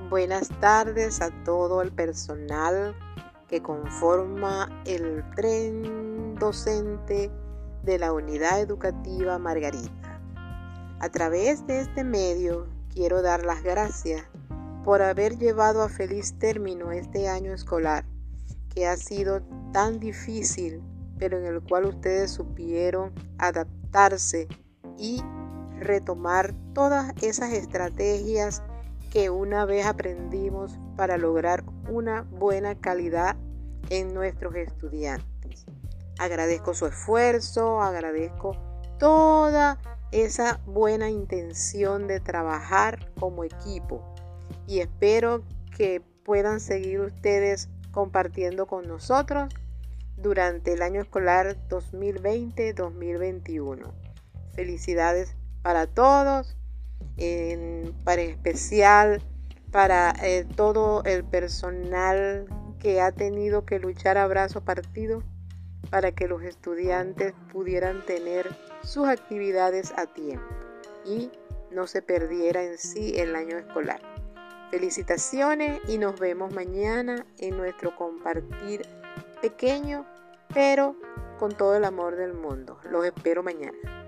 Buenas tardes a todo el personal que conforma el tren docente de la Unidad Educativa Margarita. A través de este medio quiero dar las gracias por haber llevado a feliz término este año escolar, que ha sido tan difícil, pero en el cual ustedes supieron adaptarse y retomar todas esas estrategias que una vez aprendimos para lograr una buena calidad en nuestros estudiantes. Agradezco su esfuerzo, agradezco toda esa buena intención de trabajar como equipo y espero que puedan seguir ustedes compartiendo con nosotros durante el año escolar 2020-2021. Felicidades para todos. Para especial para todo el personal que ha tenido que luchar a brazo partido para que los estudiantes pudieran tener sus actividades a tiempo y no se perdiera en sí el año escolar. Felicitaciones y nos vemos mañana en nuestro compartir pequeño, pero con todo el amor del mundo. Los espero mañana.